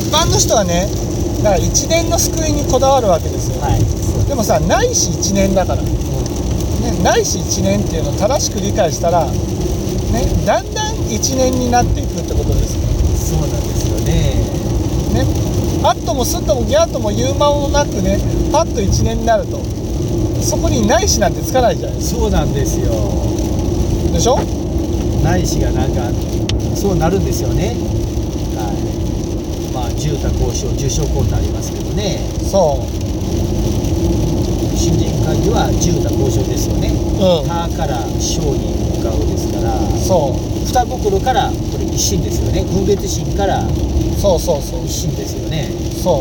般の人はね、だから1年の救いにこだわるわけですよ、 はい、 でもさ、ないし1年だから、ね、ないし1年っていうのを正しく理解したら、ね、だんだん1年になっていくってことですよ。 そうなんですよね。 あっともすっともギャーとも言う間もなくね、パッと1年になると、そこにないしなんてつかないじゃないですか。 そうなんですよ。 でしょ。 ないしがなんかそうなるんですよね。はい。まあ住宅交渉受賞校ってありますけどね。 そう。 新人会議は住宅交渉ですよね。他から小に向かうですから。 そう。 二心からこれ一心ですよね。分別心からそうそうそう一心ですよね。 そう。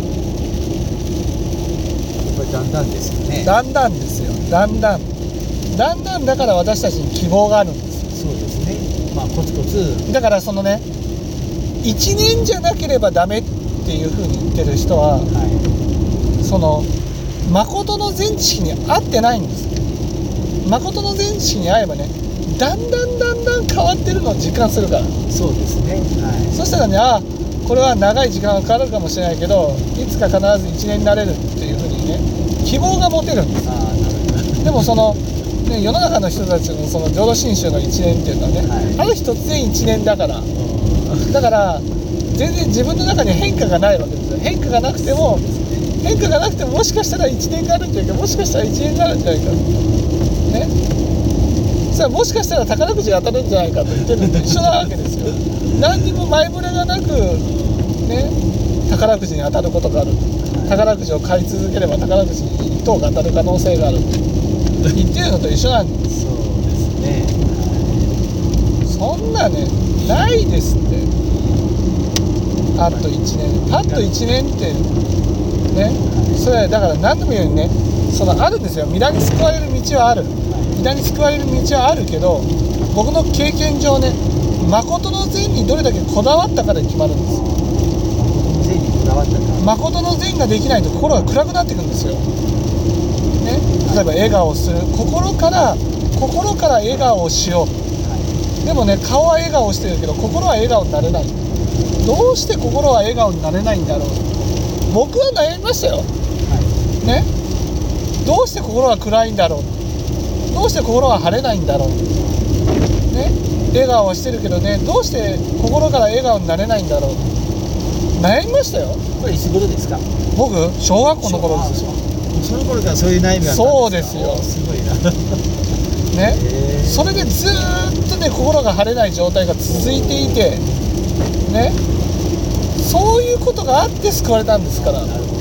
これだんだんですよね。 だんだんですよ。だんだんだから私たちに希望があるんですよ。 そうですね。まあコツコツ。 だからそのね、1年じゃなければダメっていう風に言ってる人は、はい、その誠の全知識に合ってないんです。誠の全知識に合えばね、だんだん変わってるのを実感するから。 そうですね、はい、 そしたらね、これは長い時間がかかるかもしれないけど、いつか必ず1年になれるっていう風にね、希望が持てるんです。でもその、ね、世の中の人たちのその浄土真宗の1年っていうのはね、はい、ある日突然1年だから、だから全然自分の中に変化がないわけですよ。変化がなくてももしかしたら1年があるんじゃないか、もしかしたら1年があるんじゃないかね、それはもしかしたら宝くじが当たるんじゃないかと言ってるのと一緒なわけですよ。何にも前触れがなくね、宝くじに当たることがある。宝くじを買い続ければ宝くじに1等が当たる可能性がある言ってるのと一緒なんです。 そうですね。 そんなね、ないですって。パッと1年、パッと1年ってね、それだから何でも言うようにね、そのあるんですよ。皆に救われる道はある。皆に救われる道はあるけど、僕の経験上ね、誠の善にどれだけこだわったかで決まるんですよ。 誠にこだわったか。 誠の善ができないと心が暗くなっていくんですよ。ね、例えば笑顔をする、心から笑顔をしよう。でもね、顔は笑顔をしてるけど心は笑顔になれない。どうして心は笑顔になれないんだろう。僕は悩みましたよ、ね、どうして心は暗いんだろう、どうして心は晴れないんだろう、ね、笑顔はしてるけどね、どうして心から笑顔になれないんだろう。悩みましたよ。 これいつ頃ですか？ 僕小学校の頃ですよ。 その頃からそういう悩みがあったんですか？ そうですよ。 すごいなね、それでずーっとね、心が晴れない状態が続いていてね、そういうことがあって救われたんですから。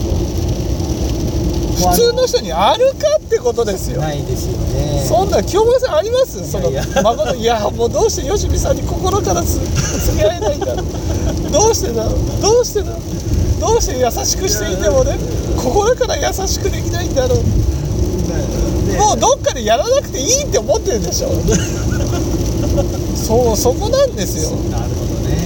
普通の人にあるかってことですよ。 ないですよね。 そんな清盛さんあります？その誠、いやもうどうして吉見さんに心から付き合えないんだろうどうしてだろう、どうして優しくしていてもね、心から優しくできないんだろう。もうどっかでやらなくていいって思ってるでしょそこなんですよ。 なるほどね。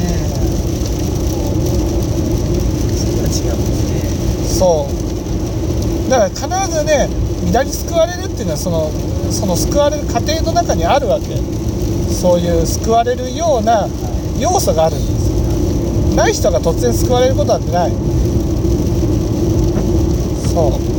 それは違うんですね。 そうだから必ずね、皆に救われるっていうのはその救われる過程の中にあるわけ。そういう救われるような要素があるんです。ない人が突然救われることなんてない。そう